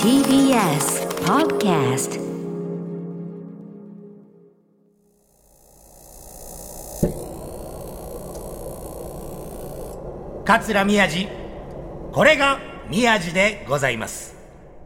TBS Podcast。 桂宮治、これが宮治でございます。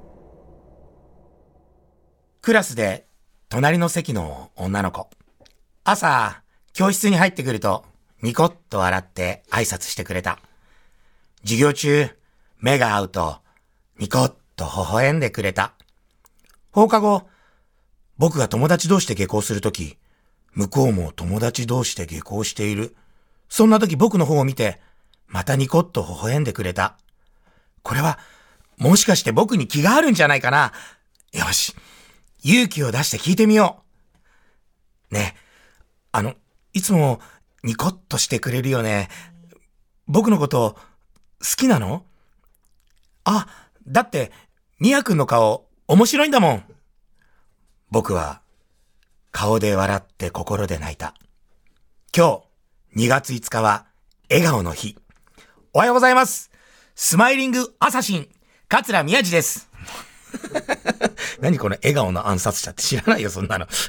クラスで隣の席の女の子、朝教室に入ってくるとニコッと笑って挨拶してくれた。授業中目が合うとニコッと微笑んでくれた。放課後、僕が友達同士で下校するとき、向こうも友達同士で下校している。そんなとき僕の方を見てまたニコッと微笑んでくれた。これはもしかして僕に気があるんじゃないかな。よし、勇気を出して聞いてみよう。ねえ、いつもニコッとしてくれるよね。僕のこと好きなの？あ、だってミヤ君の顔面白いんだもん。僕は顔で笑って心で泣いた。今日2月5日は笑顔の日。おはようございます。スマイリングアサシン桂宮治です。何この笑顔の暗殺者って知らないよ、そんなの。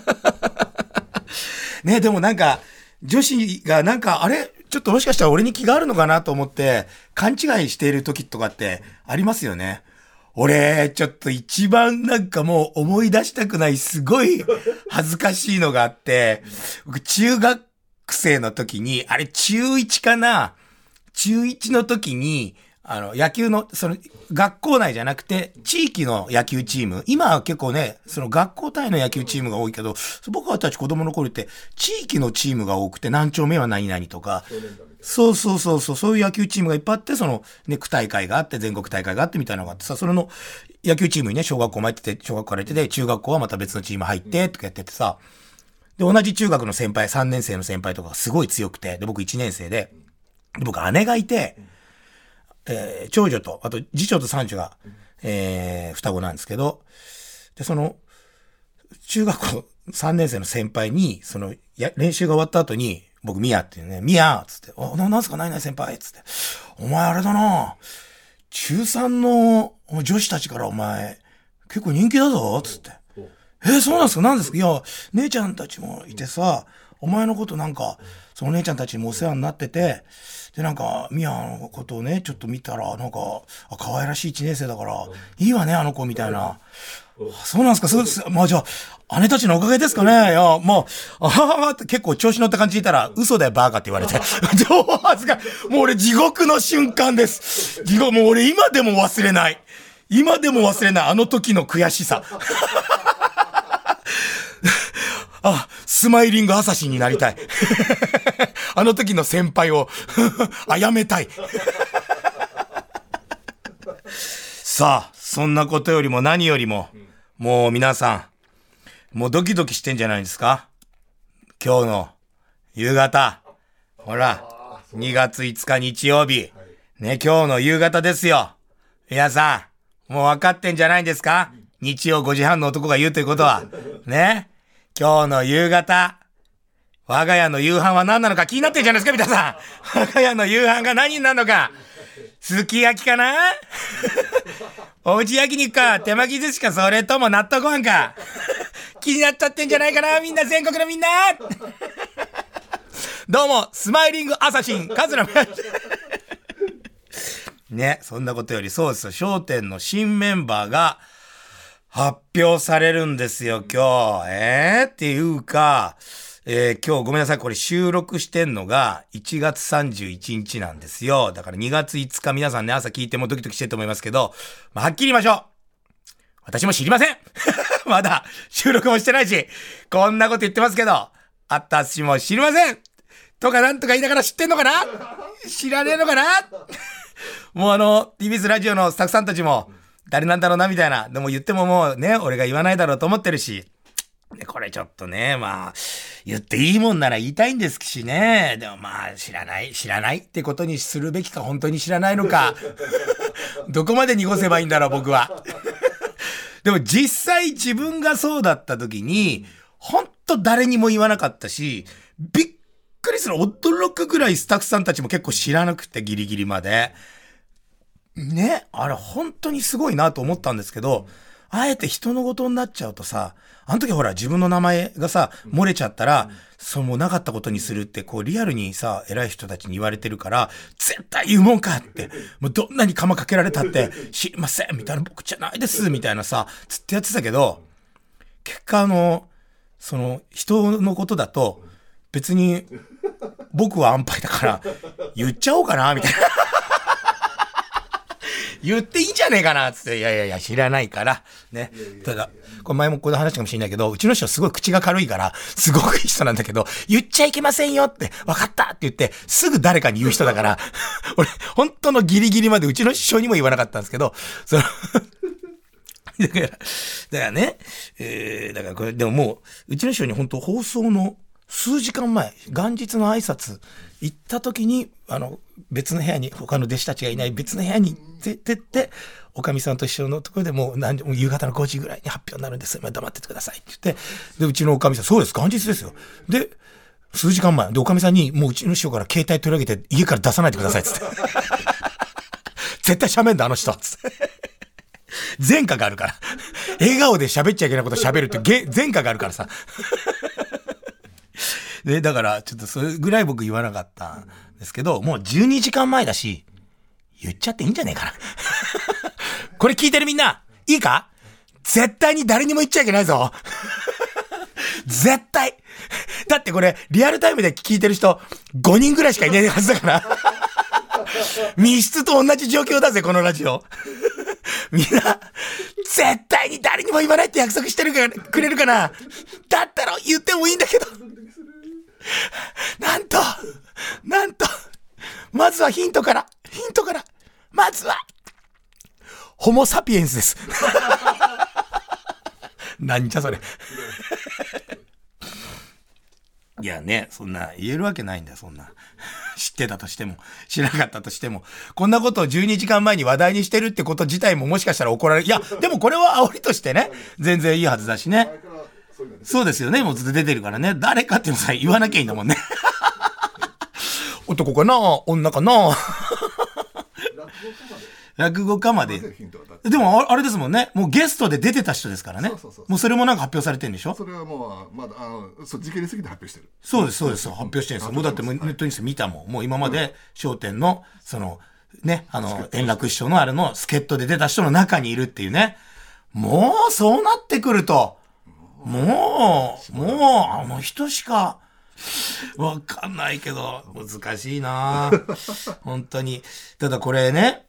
ね、でもなんか女子がなんかあれちょっともしかしたら俺に気があるのかなと思って勘違いしている時とかってありますよね。俺ちょっと一番なんかもう思い出したくないすごい恥ずかしいのがあって、僕中学生の時に、あれ中1かな、中1の時に野球の学校内じゃなくて地域の野球チーム、今は結構ねその学校単位の野球チームが多いけど、僕たち子供の頃って地域のチームが多くて、何丁目は何々とか、そういう野球チームがいっぱいあって、区大会があって全国大会があってみたいなのがあってさ、それの野球チームにね小学校も入ってて、小学校から入ってて、中学校はまた別のチーム入ってとかやっててさ、で同じ中学の先輩、3年生の先輩とかがすごい強くて、で僕1年生で、僕姉がいて、長女とあと次女と三女が、双子なんですけど、で中学校3年生の先輩に練習が終わった後に、僕ミヤっていうね、ミヤっつって、なんすか、ない先輩っつって、お前あれだな、中3の女子たちからお前結構人気だぞっつって、そうなんですか、なんですか、いや姉ちゃんたちもいてさ、お前のことなんかその姉ちゃんたちにもお世話になってて、でなんかミヤのことをねちょっと見たら、なんか可愛らしい1年生だからいいわねあの子みたいな。そうなんですか、そうです。まあじゃあ姉たちのおかげですかね。いやもうって結構調子乗った感じでいたら、嘘だよバーカって言われて、超恥ずかしい。もう俺地獄の瞬間です。もう俺今でも忘れない、あの時の悔しさ。スマイリングアサシンになりたい。あの時の先輩を殺めたい。さあ、そんなことよりも何よりも、もう皆さんもうドキドキしてんじゃないですか。今日の夕方、ほら2月5日日曜日ね、今日の夕方ですよ。皆さんもう分かってんじゃないんですか。日曜5時半の男が言うということはね、今日の夕方、我が家の夕飯は何なのか気になってるじゃないですか、皆さん。我が家の夕飯が何になるのか。すき焼きかなおうち焼肉か、手巻き寿司か、それとも納豆ご飯か。気になっちゃってんじゃないかな、みんな、全国のみんな。どうもスマイリングアサシン桂宮治ね、そんなことより、そうですよ、笑点の新メンバーが発表されるんですよ今日。っていうか、今日ごめんなさい、これ収録してんのが1月31日なんですよ。だから2月5日、皆さんね朝聞いてもドキドキしてると思いますけど、はっきり言いましょう、私も知りません。まだ収録もしてないし、こんなこと言ってますけど、私も知りませんとかなんとか言いながら知ってんのかな、知らねえのかな。もうTBS ラジオのスタッフさんたちも誰なんだろうなみたいな、でも言ってももうね、俺が言わないだろうと思ってるし、これちょっとね、まあ言っていいもんなら言いたいんですしね。でもまあ知らないってことにするべきか、本当に知らないのか。どこまで濁せばいいんだろう僕は。でも実際自分がそうだった時に本当誰にも言わなかったし、びっくりする、驚くぐらいスタッフさんたちも結構知らなくて、ギリギリまでね、あれ本当にすごいなと思ったんですけど、あえて人の事になっちゃうとさ、あの時ほら自分の名前がさ、漏れちゃったら、そうもうなかったことにするってこうリアルにさ、偉い人たちに言われてるから、絶対言うもんかって、もうどんなに釜かけられたって、知りませんみたいな、僕じゃないですみたいなさ、つってやってたけど、結果その人のことだと、別に僕は安牌だから、言っちゃおうかなみたいな。言っていいんじゃねえかなつって、いやいや知らないから、ね。ただ、これ前もこの話かもしれないけど、うちの人はすごい口が軽いから、すごくいい人なんだけど、言っちゃいけませんよって、分かったって言って、すぐ誰かに言う人だから、俺、本当のギリギリまでうちの師匠にも言わなかったんですけど、だからね、だからこれ、でももう、うちの師匠に本当放送の数時間前、元日の挨拶行った時に、別の部屋に、他の弟子たちがいない別の部屋に出てって、おかみさんと一緒のところでもう夕方の5時ぐらいに発表になるんです。黙っててくださいって言って、で、うちのおかみさん、そうです、元日ですよ。で、数時間前、で、おかみさんに、もううちの師匠から携帯取り上げて、家から出さないでくださいっつって。絶対喋んだ、あの人つって。前科があるから。笑顔で喋っちゃいけないこと喋るって前科があるからさ。で、だから、ちょっとそれぐらい僕言わなかったんですけど、もう12時間前だし、言っちゃっていいんじゃねえかな。これ聞いてるみんな、いいか？絶対に誰にも言っちゃいけないぞ。絶対。だってこれ、リアルタイムで聞いてる人、5人ぐらいしかいないはずだから。密室と同じ状況だぜ、このラジオ。みんな、絶対に誰にも言わないって約束してるからくれるかな。だったら言ってもいいんだけど。なんと、まずはヒントから、まずは、ホモサピエンスです。なんじゃそれ。いやね、そんな言えるわけないんだよ、そんな。知ってたとしても、知らなかったとしても、こんなことを12時間前に話題にしてるってこと自体ももしかしたら怒られる。いや、でもこれは煽りとしてね、全然いいはずだしね。そうですよね、もうずっと出てるからね。誰かっていうのさ、言わなきゃいいんだもんね。男かな女かな落語家まで。でもあれですもんね。もうゲストで出てた人ですからね。もうそれもなんか発表されてるんでしょ？ それはもう、まだ、時系列的に発表してる。 そうです、発表してるんですよ。もうだってもうネットニュース見たもん。もう今まで笑点の、ね、円楽師匠のあれの助っ人で出た人の中にいるっていうね。もう、そうなってくると、もう、あの人しか、わかんないけど、難しいな本当に。ただこれね、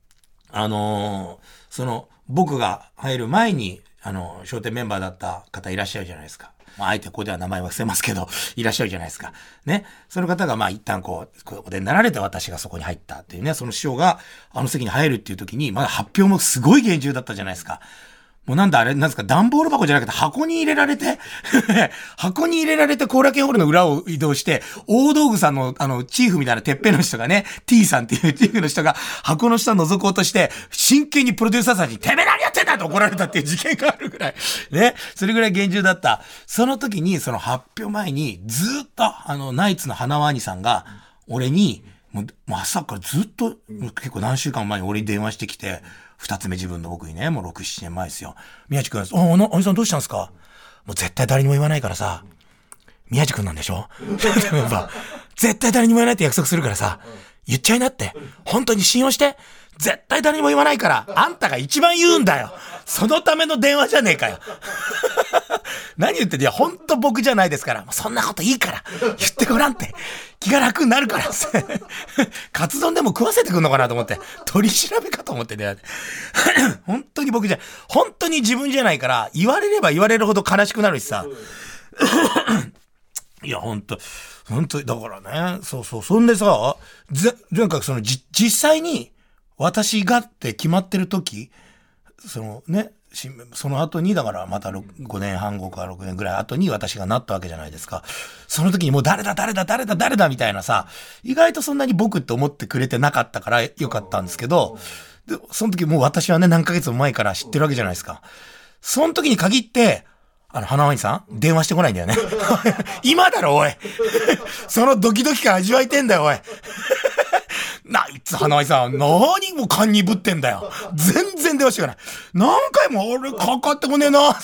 僕が入る前に、笑点メンバーだった方いらっしゃるじゃないですか。まあ、あえてここでは名前は伏せますけど、いらっしゃるじゃないですか。ね。その方が、まあ、一旦お出になられて私がそこに入ったっていうね、その師匠があの席に入るっていう時に、まだ発表もすごい厳重だったじゃないですか。もうなんだあれ、なんですか、段ボール箱じゃなくて箱に入れられて、後楽園ホールの裏を移動して、大道具さんのチーフみたいなてっぺんの人がね、T さんっていうチーフの人が箱の下覗こうとして、真剣にプロデューサーさんに、てめえ何やってんだって怒られたっていう事件があるぐらい。ね。それぐらい厳重だった。その時に、その発表前に、ずっと、ナイツの花輪兄さんが、俺に、もう朝からずっと、結構何週間前に俺に電話してきて、二つ目自分の僕にね、もう6、7年前ですよ。宮地くん、兄さんどうしたんですか？もう絶対誰にも言わないからさ、宮地くんなんでしょ？絶対誰にも言わないって約束するからさ、言っちゃいなって。本当に信用して。絶対誰にも言わないから、あんたが一番言うんだよ。そのための電話じゃねえかよ。何言ってんの？いや、ほんと僕じゃないですから。もうそんなこといいから。言ってごらんって。気が楽になるから。カツ丼でも食わせてくんのかなと思って。取り調べかと思ってね。本当に僕じゃ、本当に自分じゃないから、言われれば言われるほど悲しくなるしさ。いや、本当だからね。そう。そんでさ、なんか実際に、私がって決まってる時、その後に、だからまた5年半後か6年ぐらい後に私がなったわけじゃないですか。その時にもう誰だみたいなさ、意外とそんなに僕って思ってくれてなかったからよかったんですけど、でその時もう私はね、何ヶ月も前から知ってるわけじゃないですか。その時に限って、花輪さん電話してこないんだよね。今だろ、おい。そのドキドキ感味わいてんだよ、おい。 ナイツ花輪さん、何も勘にぶってんだよ。全然電話してかない。何回も俺かかってこねえな。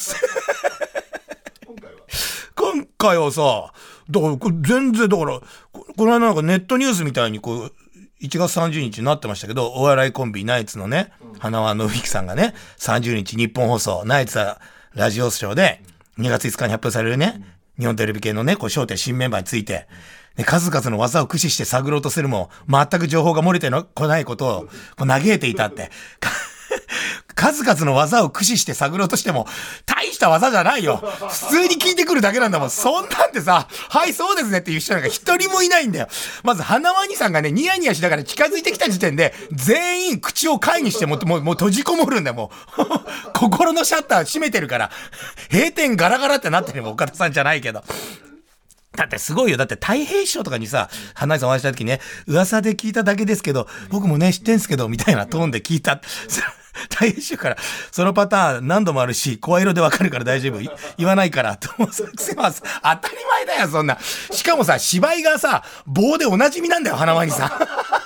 今回はさ、だから全然だから、この間なんかネットニュースみたいにこう、1月30日になってましたけど、お笑いコンビナイツのね、花輪信之さんがね、30日日本放送、ナイツラジオショーで、2月5日に発表されるね、日本テレビ系のね、こう、笑点新メンバーについて、ね、数々の技を駆使して探ろうとするも、全く情報が漏れてこないことを、こう嘆いていたって。数々の技を駆使して探ろうとしても、大した技じゃないよ。普通に聞いてくるだけなんだもん。そんなんでさ、はい、そうですねっていう人なんか一人もいないんだよ。まず、花輪兄さんがね、ニヤニヤしながら近づいてきた時点で、全員口を貝にしてもう閉じこもるんだよ、もう。心のシャッター閉めてるから。閉店ガラガラってなってるも岡田さんじゃないけど。だってすごいよ。だって太平師匠とかにさ、花井さんお会いした時ね、噂で聞いただけですけど、僕もね、知ってんすけど、みたいなトーンで聞いた。太平師匠から、そのパターン何度もあるし、声色でわかるから大丈夫。言わないから、と思う。当たり前だよ、そんな。しかもさ、芝居がさ、棒でおなじみなんだよ、花輪にさ。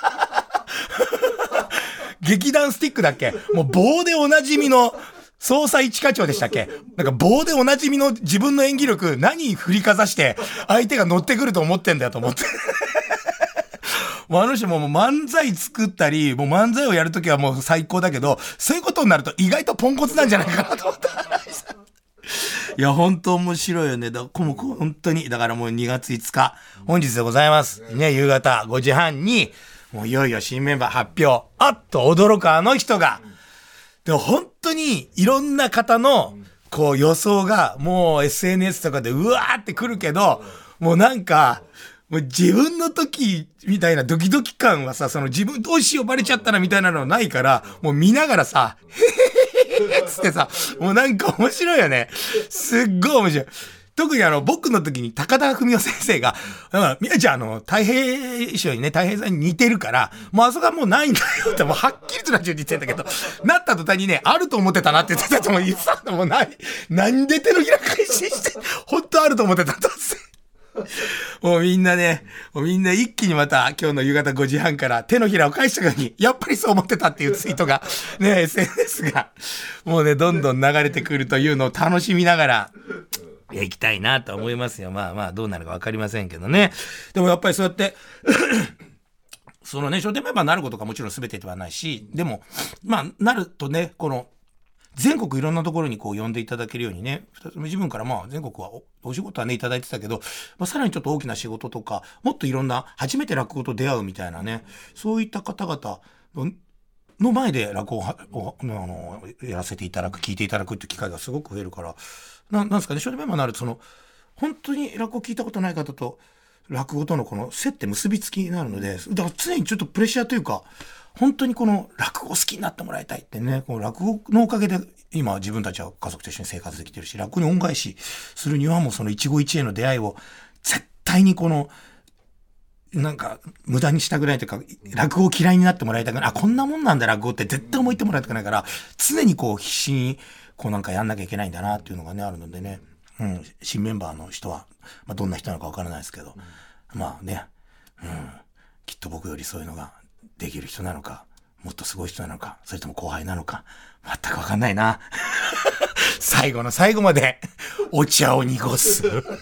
劇団スティックだっけ？もう棒でおなじみの、捜査一課長でしたっけ？なんか棒でおなじみの自分の演技力何振りかざして相手が乗ってくると思ってんだよと思って。もうあの人も漫才作ったり、もう漫才をやるときはもう最高だけど、そういうことになると意外とポンコツなんじゃないかなと思った。いや、本当面白いよね。本当に。だからもう2月5日、本日でございます。ね、夕方5時半に、もういよいよ新メンバー発表。あっと驚くあの人が、でも本当にいろんな方のこう予想がもう SNS とかでうわーってくるけど、もうなんか、もう自分の時みたいなドキドキ感はさ、その自分どうしようバレちゃったらみたいなのないから、もう見ながらさ、へへへへつってさ、もうなんか面白いよね。すっごい面白い。特に僕の時に高田文夫先生が、みやちゃん太平師匠にね、太平さんに似てるから、もうあそこはもうないんだよって、もうはっきりとなっちゃって言ってんだけど、なった途端にね、あると思ってたなって言ってたとも言ってたのもなんで手のひら返しして、本当あると思ってたと。もうみんな一気にまた今日の夕方5時半から手のひらを返したように、やっぱりそう思ってたっていうツイートが、ね、SNS が、もうね、どんどん流れてくるというのを楽しみながら、行きたいなと思いますよ。まあまあ、どうなるかわかりませんけどね。でもやっぱりそうやって、そのね、笑点メンバーになることがもちろん全てではないし、でも、まあ、なるとね、この、全国いろんなところにこう呼んでいただけるようにね、自分からまあ全国はお仕事はねいただいてたけど、まあ、さらにちょっと大きな仕事とか、もっといろんな初めて落語と出会うみたいなね、そういった方々の前で落語をやらせていただく、聞いていただくっていう機会がすごく増えるから、なんですかね、笑点メンバーになると本当に落語聞いたことない方と落語とのこの接って結びつきになるので、だから常にちょっとプレッシャーというか、本当にこの落語好きになってもらいたいってね、この落語のおかげで今自分たちは家族と一緒に生活できてるし、落語に恩返しするにはもうその一期一会の出会いを絶対にこのなんか無駄にしたくないというか、落語を嫌いになってもらいたくない、こんなもんなんだ落語って絶対思ってもらいたくないから、常にこう必死にこうなんかやんなきゃいけないんだなっていうのがねあるのでね、新メンバーの人は、どんな人なのかわからないですけど、まあね、きっと僕よりそういうのができる人なのか、もっとすごい人なのか、それとも後輩なのか、全くわかんないな。最後の最後までお茶を濁す。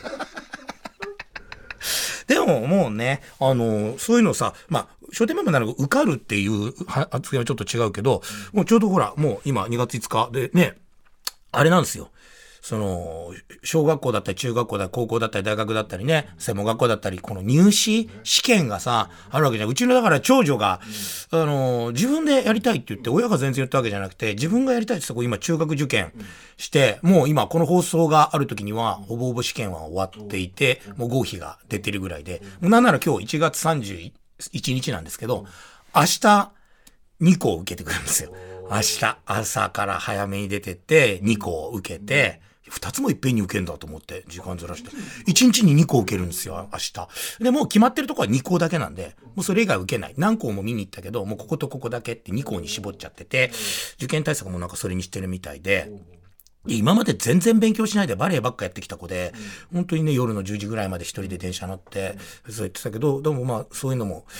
でももうね、そういうのさ、笑点メンバーなら受かるっていう発言はちょっと違うけど、もうちょうどほら、もう今2月5日でね、あれなんですよ。小学校だったり中学校だったり高校だったり大学だったりね、専門学校だったり、この入試試験がさ、あるわけじゃん。うちのだから長女が、自分でやりたいって言って、親が全然言ったわけじゃなくて、自分がやりたいって言って、今中学受験して、もう今この放送がある時には、ほぼほぼ試験は終わっていて、もう合否が出てるぐらいで、もうなんなら今日1月31日なんですけど、明日2校受けてくるんですよ。明日朝から早めに出てって2校受けて、2つもいっぺんに受けるんだと思って時間ずらして1日に2校受けるんですよ明日で。もう決まってるとこは2校だけなんで、もうそれ以外受けない。何校も見に行ったけど、もうこことここだけって2校に絞っちゃってて、受験対策もなんかそれにしてるみたいで、今まで全然勉強しないでバレエばっかやってきた子で、本当にね夜の10時ぐらいまで一人で電車乗ってそう言ってたけど、でもそういうのも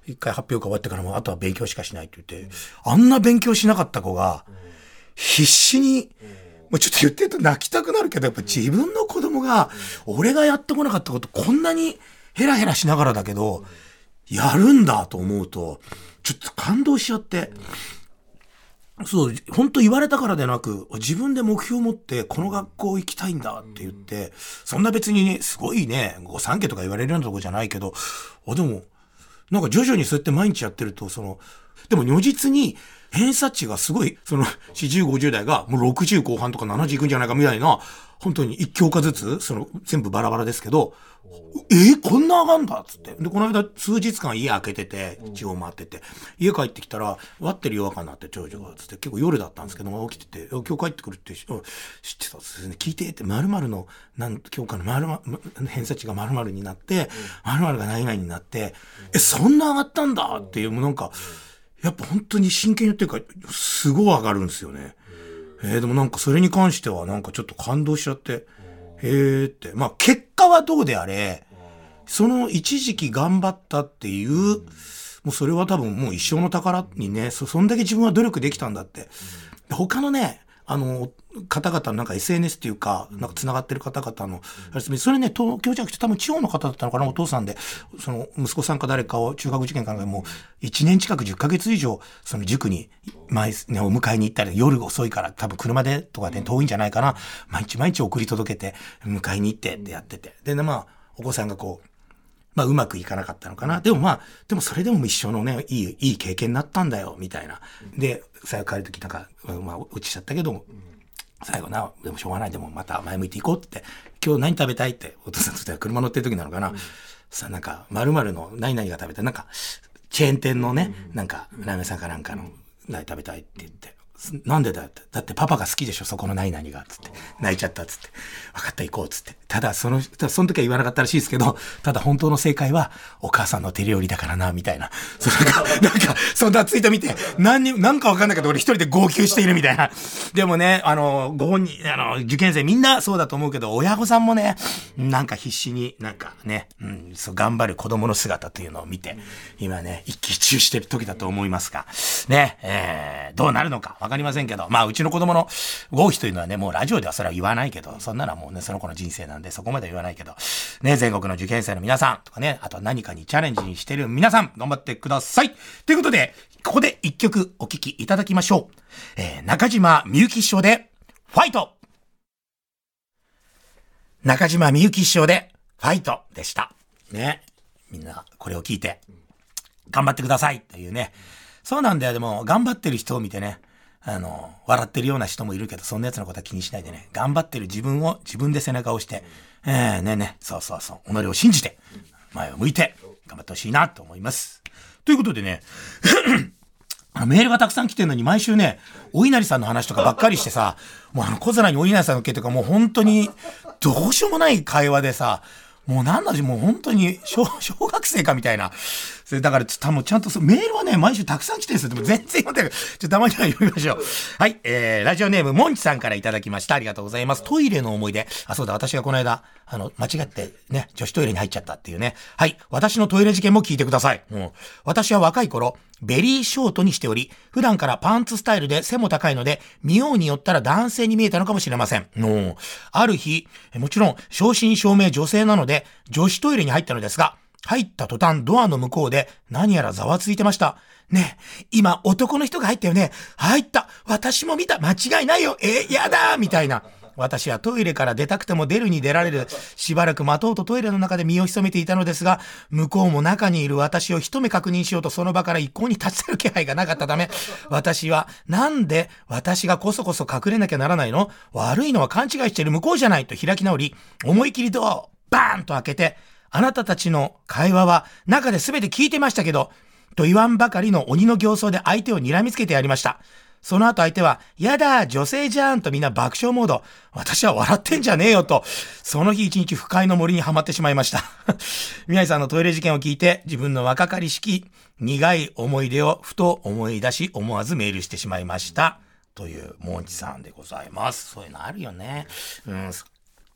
一回発表が終わってからもあとは勉強しかしないって言って、あんな勉強しなかった子が、必死に、もうちょっと言ってると泣きたくなるけど、やっぱ自分の子供が、俺がやってこなかったことこんなにヘラヘラしながらだけど、やるんだと思うと、ちょっと感動しちゃって、そう、本当言われたからでなく、自分で目標を持って、この学校行きたいんだって言って、そんな別にね、すごいね、御三家とか言われるようなとこじゃないけど、でも、なんか徐々にそうやって毎日やってると、でも如実に、偏差値がすごい、40、50代がもう60後半とか70いくんじゃないかみたいな、本当に一教科ずつ、全部バラバラですけど、こんな上がんだっつって。で、この間数日間家開けてて、地方回ってて、家帰ってきたら、割ってる夜中になって長女が、つって、結構夜だったんですけども、起きてて、今日帰ってくるって、知ってたんですね。聞いてって、〇〇の、教科の偏差値が〇〇になって、〇〇が何々になって、そんな上がったんだっていう、もうなんか、やっぱ本当に真剣にっていうか、すごい上がるんですよね。でもなんかそれに関してはなんかちょっと感動しちゃって、って。まあ結果はどうであれ、その一時期頑張ったっていう、もうそれは多分もう一生の宝にね、そんだけ自分は努力できたんだって。他のね、方々のなんか SNS っていうか、なんか繋がってる方々の、それね、東京じゃなくて多分地方の方だったのかな、お父さんで、息子さんか誰かを中学受験からもう1年近く10ヶ月以上、塾に、お迎えに行ったり、夜遅いから多分車でとかで遠いんじゃないかな、毎日送り届けて、迎えに行ってってやってて。で、お子さんがうまくいかなかったのかな。でもそれでも一生のね、いい経験になったんだよ、みたいな。で、最後帰るときなんか、落ちちゃったけど、最後でもしょうがない、でもまた前向いていこうって、今日何食べたいって、お父さんとしては車乗ってる時なのかな。なんか、〇〇の何々が食べたい、なんか、チェーン店のね、なんか、ラーメンさんかなんかの、何食べたいって言って。なんでだって。だってパパが好きでしょ、そこの何々が。つって。泣いちゃったっつって。分かった、行こう。つって。ただその時は言わなかったらしいですけど、ただ本当の正解は、お母さんの手料理だからな、みたいな。なんか、そんなツイート見て、なんかわかんないけど、俺一人で号泣しているみたいな。でもね、ご本人、受験生みんなそうだと思うけど、親御さんもね、なんか必死になんかね、頑張る子供の姿というのを見て、今ね、一喜一憂してる時だと思いますが、ね、どうなるのかわかりませんけど、うちの子供の合否というのはね、もうラジオではそれは言わないけど、そんなのはもうね、その子の人生なんで、そこまでは言わないけど、ね、全国の受験生の皆さんとかね、あとは何かにチャレンジしてる皆さん、頑張ってください。ということで、ここで一曲お聴きいただきましょう。中島みゆき師匠で、ファイト。中島みゆき師匠で、ファイトでした。ね。みんな、これを聞いて、頑張ってくださいというね。そうなんだよ。でも、頑張ってる人を見てね、笑ってるような人もいるけど、そんな奴のことは気にしないでね、頑張ってる自分を自分で背中を押して、そう、己を信じて、前を向いて、頑張ってほしいなと思います。ということでね、メールがたくさん来てるのに毎週ね、お稲荷さんの話とかばっかりしてさ、もう小皿にお稲荷さんの件とかもう本当にどうしようもない会話でさ、もうもう本当に小学生かみたいな。それだからちゃんとメールはね、毎週たくさん来てるんですよ。でも全然読んでない。たまには読みましょう。はい。ラジオネーム、もんちさんからいただきました。ありがとうございます。トイレの思い出。そうだ、私がこの間、間違ってね、女子トイレに入っちゃったっていうね。はい。私のトイレ事件も聞いてください。私は若い頃、ベリーショートにしており、普段からパンツスタイルで背も高いので、見ようによったら男性に見えたのかもしれません。ある日、もちろん、正真正銘女性なので、女子トイレに入ったのですが、入った途端ドアの向こうで何やらざわついてました。ねえ、今男の人が入ったよね。入った。私も見た。間違いないよ。やだみたいな。私はトイレから出たくても出るに出られる。しばらく待とうとトイレの中で身を潜めていたのですが、向こうも中にいる私を一目確認しようとその場から一向に立ち去る気配がなかったため、私はなんで私がこそこそ隠れなきゃならないの？悪いのは勘違いしている向こうじゃないと開き直り、思い切りドアをバーンと開けて、あなたたちの会話は中で全て聞いてましたけど、と言わんばかりの鬼の形相で相手を睨みつけてやりました。その後相手は、やだ、女性じゃんとみんな爆笑モード。私は笑ってんじゃねえよと、その日一日不快の森にはまってしまいました。宮井さんのトイレ事件を聞いて、自分の若かりしき苦い思い出をふと思い出し、思わずメールしてしまいました。という、もんちさんでございます。そういうのあるよね。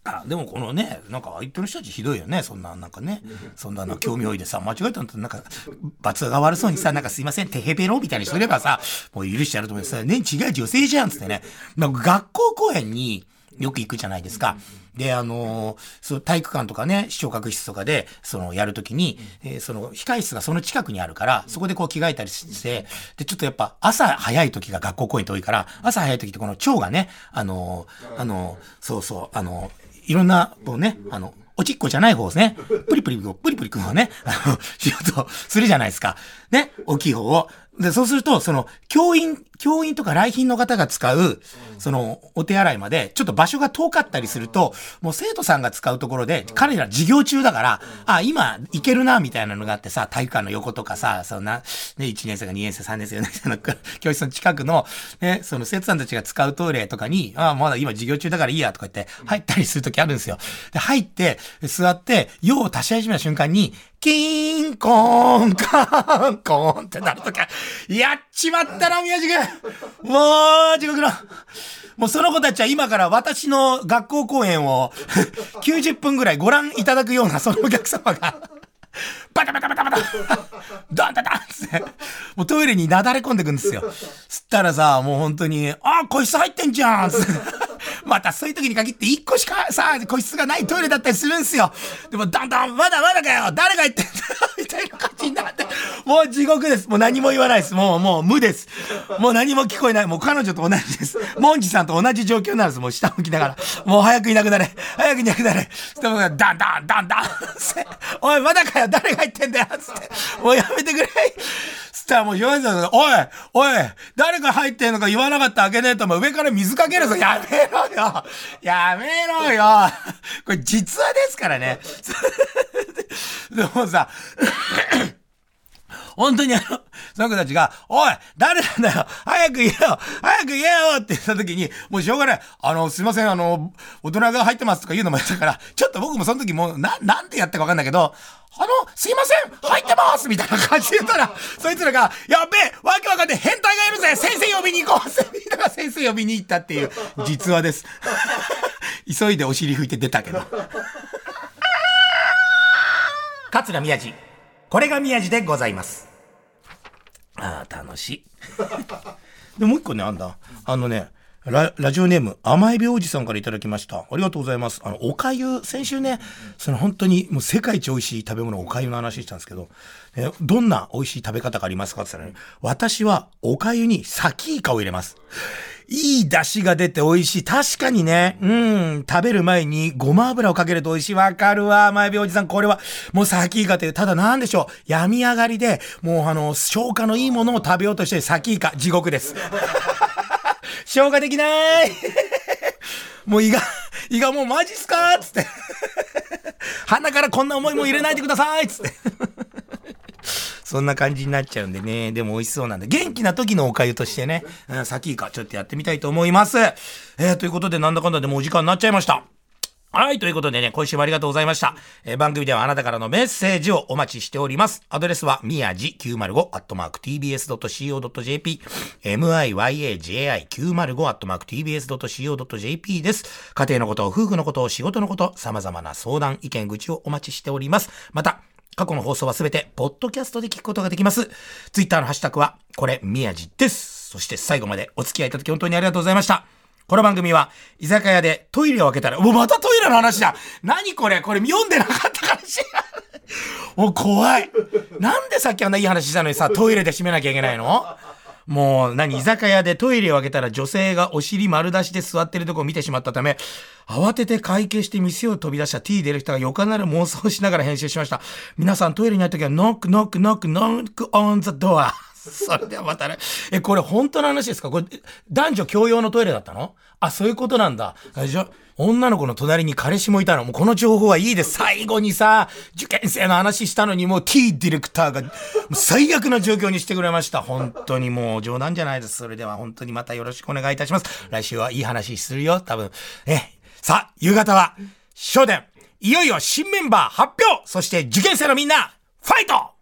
でもこのね、なんか相手の人たちひどいよね。そんな、なんかね、そんなの興味多いでさ、間違えたのとなんか、罰が悪そうにさ、なんかすいません、テヘペロみたいにしとればさ、もう許してやると思うんですよね。違う、女性じゃんつってね。なんか学校公演によく行くじゃないですか。で、そう、体育館とかね、視聴覚室とかで、やるときに、その、控室がその近くにあるから、そこでこう着替えたりして、で、ちょっとやっぱ、朝早い時が学校公演って多いから、朝早い時ってこの腸がね、そうそう、いろんな、こうね、おちっこじゃない方ですね。プリプリくんをね、仕事するじゃないですか。ね、大きい方を。で、そうすると、教員とか来賓の方が使う、お手洗いまで、ちょっと場所が遠かったりすると、もう生徒さんが使うところで、彼ら授業中だから、今、行けるな、みたいなのがあってさ、体育館の横とかさ、ね、1年生が2年生、3年生、4年生の教室の近くの、ね、生徒さんたちが使うトイレとかに、まだ今授業中だからいいや、とか言って、入ったりするときあるんですよ。で、入って、座って、用を足し始めた瞬間に、キーンコーン、カーンコーンってなるとか、やっちまったな、宮地君。もう、地獄の。もうその子たちは今から私の学校公演を90分ぐらいご覧いただくようなそのお客様が、バタバタバタバタダンダダンって、もうトイレになだれ込んでくんですよ。つったらさ、もう本当に、個室入ってんじゃんってまたそういう時に限って1個しかさ、個室がないトイレだったりするんですよ。でもだんだん、まだかよ、誰が言ってんだみたいな感じになって、もう地獄です。もう何も言わないです。もう無です。もう何も聞こえない。もう彼女と同じです。モンジさんと同じ状況になるんです。もう下向きながら。もう早くいなくなれ。早くいなくなれ。でもダンダンダンダンおい、まだかよ、誰が言ってんだよつって。もうやめてくれ。つったらもう言われたら、おい、誰が入ってんのか言わなかったら開けねえと、もう上から水かけるぞ。やめろよ。これ実話ですからね。でもさ、本当にその子たちが、おい、誰なんだよ、早く言えよって言った時に、もうしょうがない。すいません、大人が入ってますとか言うのもやったから、ちょっと僕もその時もう、なんでやったかわかんないけど、すいません、入ってますみたいな感じで言ったら、そいつらが、やっべえ、わけわかんねえ、変態がいるぜ、先生呼びに行こうみんなが先生呼びに行ったっていう、実話です。急いでお尻拭いて出たけど。桂宮治。これが宮治でございます。楽しい。で、もう一個ね、あんだ。ラジオネーム、甘えびおじさんからいただきました。ありがとうございます。おかゆ、先週ね、本当にもう世界一美味しい食べ物、おかゆの話したんですけど、どんな美味しい食べ方がありますかって言ったらね、私はおかゆにサキイカを入れます。いい出汁が出て美味しい。確かにね、食べる前にごま油をかけると美味しい。わかるわ、甘えびおじさん。これは、もうサキイカという、ただなんでしょう、病み上がりで、もう消化のいいものを食べようとしてサキイカ、地獄です。消化できないもう胃がもうマジっすかつって鼻からこんな重いもん入れないでくださいつってそんな感じになっちゃうんでね。でも美味しそうなんで、元気な時のおかゆとしてね、サキイカちょっとやってみたいと思います。ということで、なんだかんだでもうお時間になっちゃいました。はい、ということでね、今週もありがとうございました。番組ではあなたからのメッセージをお待ちしております。アドレスは、miyaji905@tbs.co.jp、miyaji905@tbs.co.jp です。家庭のこと、夫婦のこと、仕事のこと、様々な相談、意見、愚痴をお待ちしております。また、過去の放送はすべて、ポッドキャストで聞くことができます。ツイッターのハッシュタグは、これ、宮地です。そして最後までお付き合いいただき本当にありがとうございました。この番組は、居酒屋でトイレを開けたら、またトイレの話だ。何これ読んでなかったかもしれない。もう怖い。なんでさっきあんないい話したのにさ、トイレで閉めなきゃいけないの？もう、居酒屋でトイレを開けたら女性がお尻丸出しで座ってるとこを見てしまったため、慌てて会計して店を飛び出した T ディレクターがよかなる妄想をしながら編集しました。皆さんトイレに入るときは、ノックノックノックノックオンザドア。それではまたね。これ本当の話ですか？これ、男女共用のトイレだったの？そういうことなんだ。じゃあ、女の子の隣に彼氏もいたの。もうこの情報はいいです。最後にさ、受験生の話したのにもう T ディレクターが最悪な状況にしてくれました。本当にもう冗談じゃないです。それでは本当にまたよろしくお願いいたします。来週はいい話するよ、多分。さあ、夕方は、笑点。いよいよ新メンバー発表。そして受験生のみんな、ファイト